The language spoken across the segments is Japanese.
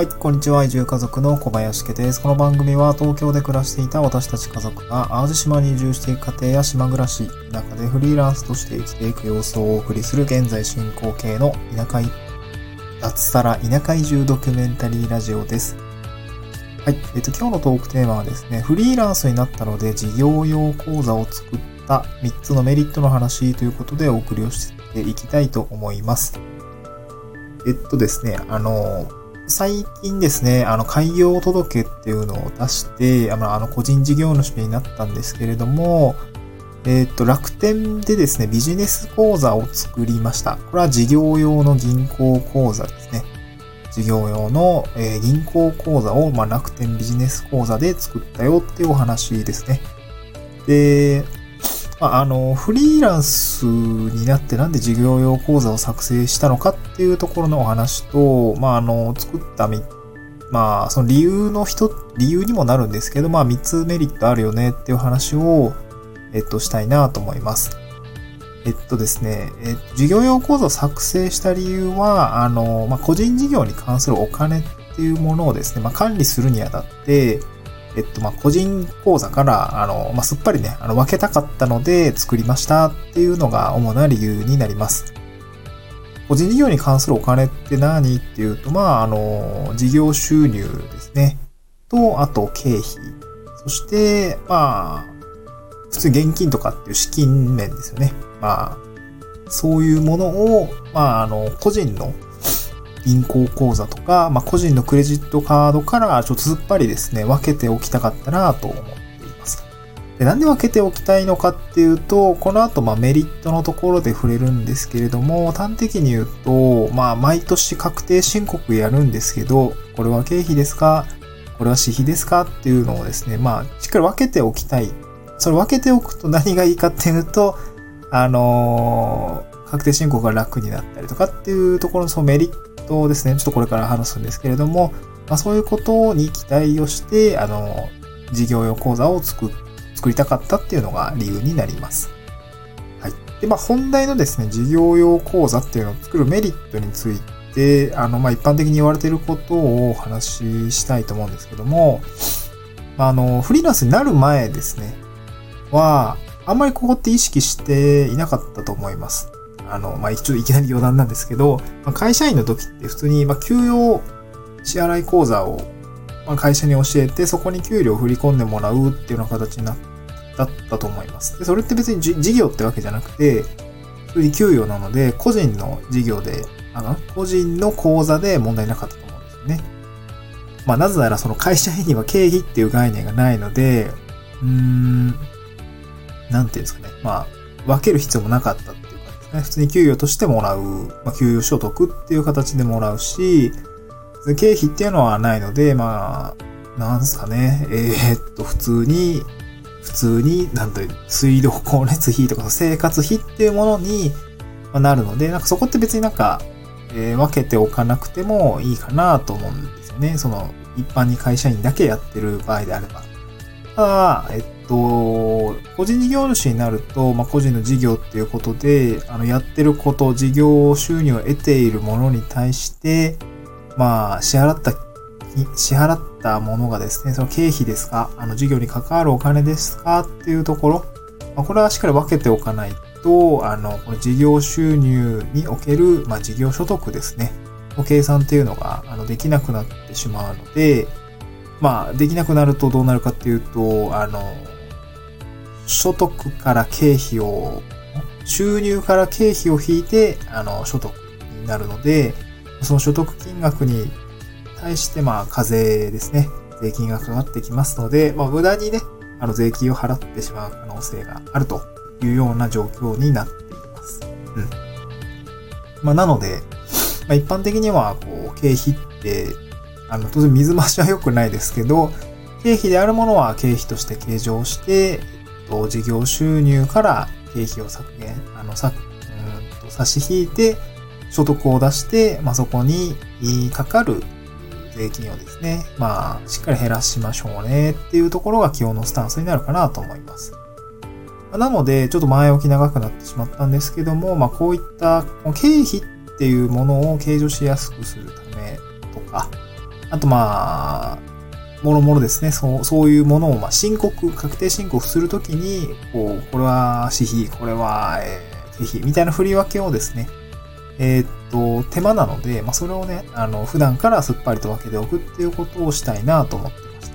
はい、こんにちは。移住家族の小林家です。この番組は東京で暮らしていた私たち家族が淡路島に移住していく家庭や島暮らし、田舎でフリーランスとして生きていく様子をお送りする現在進行形の脱サラ田舎移住ドキュメンタリーラジオです。はい、今日のトークテーマはですね、フリーランスになったので事業用講座を作った3つのメリットの話ということでお送りをしていきたいと思います。ですね、最近ですね、開業届っていうのを出して、個人事業主になったんですけれども、楽天でですね、ビジネス口座を作りました。これは事業用の銀行口座ですね。事業用の、銀行口座を、楽天ビジネス口座で作ったよっていうお話ですね。で、フリーランスになってなんで事業用口座を作成したのかっていうところのお話と、作ったその理由にもなるんですけど、3つメリットあるよねっていう話を、したいなと思います。ですね、事業用口座を作成した理由は、個人事業に関するお金っていうものをですね、管理するにあたって、個人口座から、すっぱりね、分けたかったので作りましたっていうのが主な理由になります。個人事業に関するお金って何っていうと、事業収入ですね。と、あと経費。そして、普通に現金とかっていう資金面ですよね。そういうものを、個人の銀行口座とか、個人のクレジットカードからちょっとすっぱりですね、分けておきたかったなと思っています。で、なんで分けておきたいのかっていうと、この後メリットのところで触れるんですけれども、端的に言うと、毎年確定申告やるんですけど、これは経費ですか？これは私費ですか？っていうのをですね、しっかり分けておきたい。それ分けておくと何がいいかっていうと、確定申告が楽になったりとかっていうところのそのメリットですね。ちょっとこれから話すんですけれども、そういうことに期待をして、事業用口座を作りたかったっていうのが理由になります。はい。で、本題のですね、事業用口座っていうのを作るメリットについて、一般的に言われていることをお話ししたいと思うんですけども、フリーランスになる前ですね、は、あんまりここって意識していなかったと思います。ちょっといきなり余談なんですけど、会社員の時って普通に、給与支払い口座を、会社に教えて、そこに給料を振り込んでもらうっていうような形だったと思います。で、それって別に事業ってわけじゃなくて、普通に給与なので、個人の事業で、個人の口座で問題なかったと思うんですよね。なぜならその会社員には経費っていう概念がないので、なんていうんですかね。分ける必要もなかったっていうかですね。普通に給与としてもらう、給与所得っていう形でもらうし、経費っていうのはないので、なんですかね。普通に、水道光熱費とか生活費っていうものになるので、そこって別に分けておかなくてもいいかなと思うんですよね。その、一般に会社員だけやってる場合であれば。ただ、個人事業主になると、個人の事業っていうことで、やってること、事業収入を得ているものに対して、支払ったものがですね、その経費ですか？事業に関わるお金ですか？っていうところ、これはしっかり分けておかないと、この事業収入における、事業所得ですね、の計算っていうのが、できなくなってしまうので、できなくなるとどうなるかっていうと、所得から経費を、収入から経費を引いて、所得になるので、その所得金額に対して、課税ですね。税金がかかってきますので、無駄にね、税金を払ってしまう可能性があるというような状況になっています。なので、一般的には、経費って、当然水増しは良くないですけど、経費であるものは経費として計上して、事業収入から経費を差し引いて、所得を出して、そこにかかる税金をですね、しっかり減らしましょうねっていうところが基本のスタンスになるかなと思います。なので、ちょっと前置き長くなってしまったんですけども、こういった経費っていうものを計上しやすくするためとか、 あともろもろですね、そういうものを確定申告するときに、これは私費、これは、経費みたいな振り分けをですね、手間なので、それをね、普段からすっぱりと分けておくっていうことをしたいなと思ってました。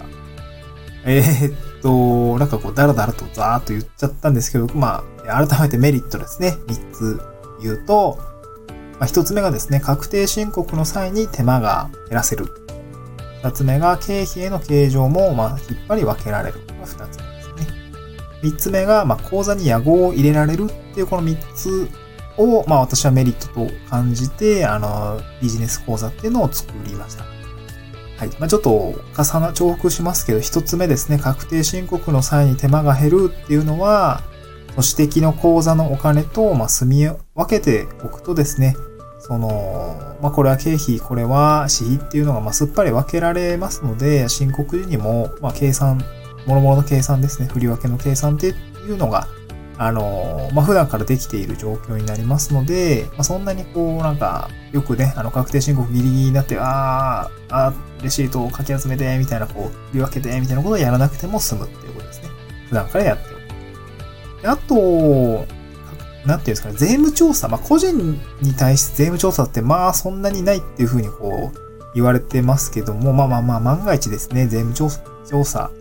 なんかダラダラとザーっと言っちゃったんですけど、改めてメリットですね、3つ言うと、1つ目がですね、確定申告の際に手間が減らせる。2つ目が経費への計上も、きっぱり分けられる。2つ目ですね。3つ目が、口座に屋号を入れられるっていうこの3つを、私はメリットと感じて、ビジネス口座っていうのを作りました。はい。ちょっと重複しますけど、1つ目ですね、確定申告の際に手間が減るっていうのは、私的の口座のお金と、住み分けておくとですね、これは経費、これは私費っていうのが、すっぱり分けられますので、申告時にも、計算、諸々の計算ですね、振り分けの計算っていうのが、普段からできている状況になりますので、そんなによくね、確定申告ギリギリになって、レシートをかき集めて、みたいな、振り分けて、みたいなことをやらなくても済むっていうことですね。普段からやっておく。であと、なんていうんですかね、税務調査。個人に対して税務調査って、そんなにないっていうふうに言われてますけども、万が一ですね、税務調査。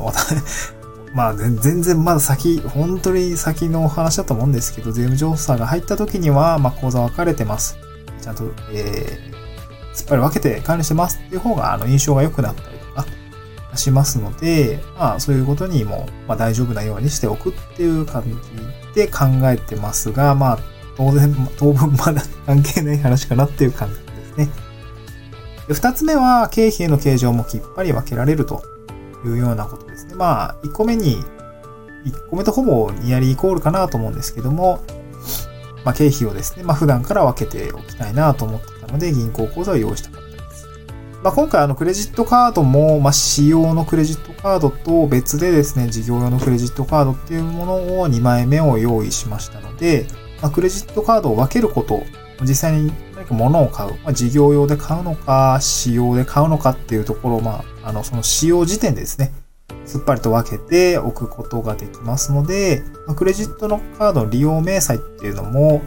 全然まだ本当に先の話だと思うんですけど、税務調査が入った時には、口座分かれてます。ちゃんと、すっぱり分けて管理してますっていう方が、印象が良くなったりとかしますので、そういうことにも、大丈夫なようにしておくっていう感じで考えてますが、当分まだ関係ない話かなっていう感じですね。で、2つ目は、経費への計上もきっぱり分けられるというようなことですね。1個目とほぼニアリーイコールかなと思うんですけども、経費をですね、普段から分けておきたいなと思ってたので、銀行口座を用意したかったです。今回クレジットカードも、私用のクレジットカードと別でですね、事業用のクレジットカードっていうものを2枚目を用意しましたので、クレジットカードを分けること、実際に何か物を買う、事業用で買うのか、私用で買うのかっていうところを、その使用時点でですね、すっぱりと分けておくことができますので、クレジットのカードの利用明細っていうのも、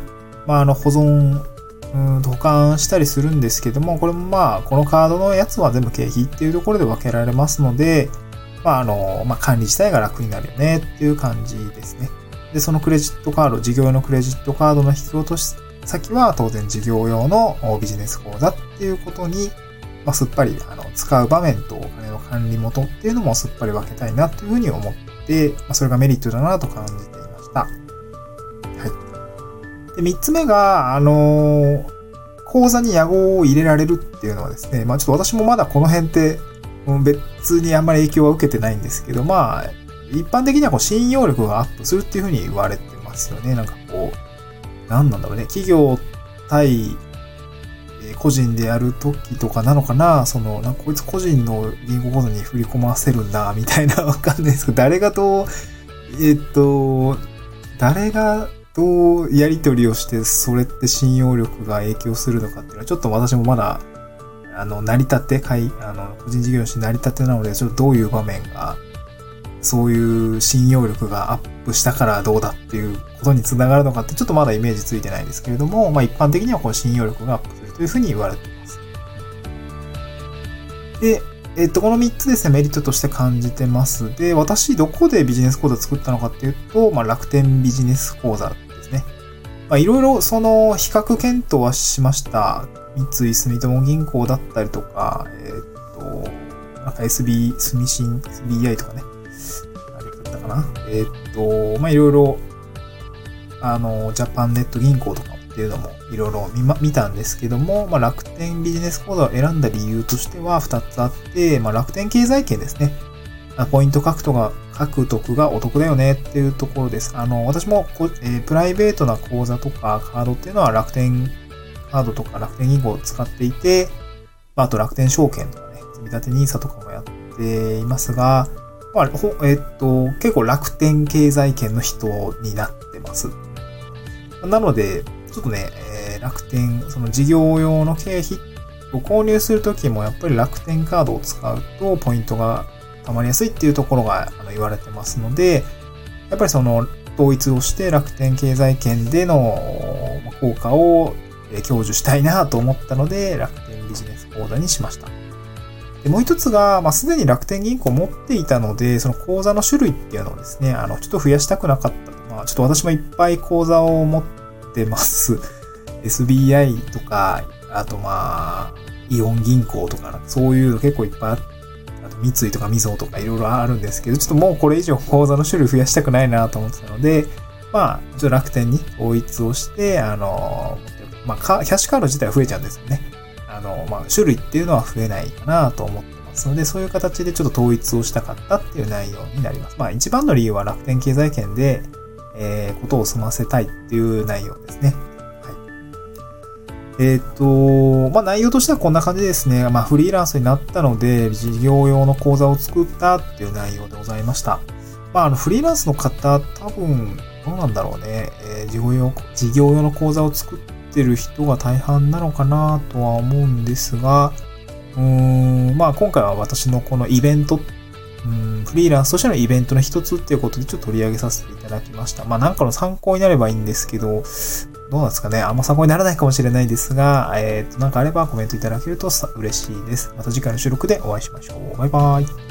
保管したりするんですけども、これもこのカードのやつは全部経費っていうところで分けられますので、管理自体が楽になるよねっていう感じですね。で、そのクレジットカード、事業用のクレジットカードの引き落とし先は当然事業用のビジネス口座っていうことに、すっぱり使う場面とお金の管理元っていうのもすっぱり分けたいなというふうに思って、それがメリットだなと感じていました。はい。で、3つ目が、口座に屋号を入れられるっていうのはですね、ちょっと私もまだこの辺って別にあんまり影響は受けてないんですけど、一般的には信用力がアップするっていうふうに言われてますよね。なんだろうね、企業対個人でやるときとかなのかな、こいつ個人の銀行口座に振り込ませるんだ、みたいなわかんないですけど、誰がどうやり取りをして、それって信用力が影響するのかっていうのは、ちょっと私もまだ、成り立て、個人事業主成り立てなので、ちょっとどういう場面が、そういう信用力がアップしたからどうだっていうことにつながるのかってちょっとまだイメージついてないですけれども、一般的にはこの信用力がアップするというふうに言われています。で、この3つですね、メリットとして感じてます。で、私どこでビジネス口座作ったのかっていうと、楽天ビジネス口座ですね。いろいろ比較検討はしました。三井住友銀行だったりとか、SBI とかね。いろいろ、ジャパンネット銀行とかっていうのもいろいろ見たんですけども、楽天ビジネス口座を選んだ理由としては2つあって、楽天経済圏ですね。ポイント獲得がお得だよねっていうところです。私もプライベートな口座とかカードっていうのは楽天カードとか楽天銀行を使っていて、あと楽天証券とかね、積立 NISA とかもやっていますが、結構楽天経済圏の人になってます。なので、ちょっとね、楽天、その事業用の経費購入するときもやっぱり楽天カードを使うとポイントが貯まりやすいっていうところが言われてますので、やっぱりその統一をして楽天経済圏での効果を享受したいなと思ったので、楽天ビジネス口座にしました。でもう一つが、すでに楽天銀行を持っていたので、その口座の種類っていうのをですね、ちょっと増やしたくなかったと。ちょっと私もいっぱい口座を持ってます。SBI とか、あとイオン銀行とか、そういうの結構いっぱいあって、あと三井とかみずほとかいろいろあるんですけど、ちょっともうこれ以上口座の種類増やしたくないなと思ってたので、ちょっと楽天に統一をして、キャッシュカード自体は増えちゃうんですよね。種類っていうのは増えないかなと思ってますので、そういう形でちょっと統一をしたかったっていう内容になります。一番の理由は楽天経済圏で、ことを済ませたいっていう内容ですね。内容としてはこんな感じですね。フリーランスになったので、事業用の口座を作ったっていう内容でございました。フリーランスの方、多分、どうなんだろうね。事業用の口座を作ってる人が大半なのかなとは思うんですが、今回は私のこのイベント、フリーランスとしてのイベントの一つっていうことでちょっと取り上げさせていただきました。なんかの参考になればいいんですけど、どうなんですかね。あんま参考にならないかもしれないですが、なんかあればコメントいただけると嬉しいです。また次回の収録でお会いしましょう。バイバイ。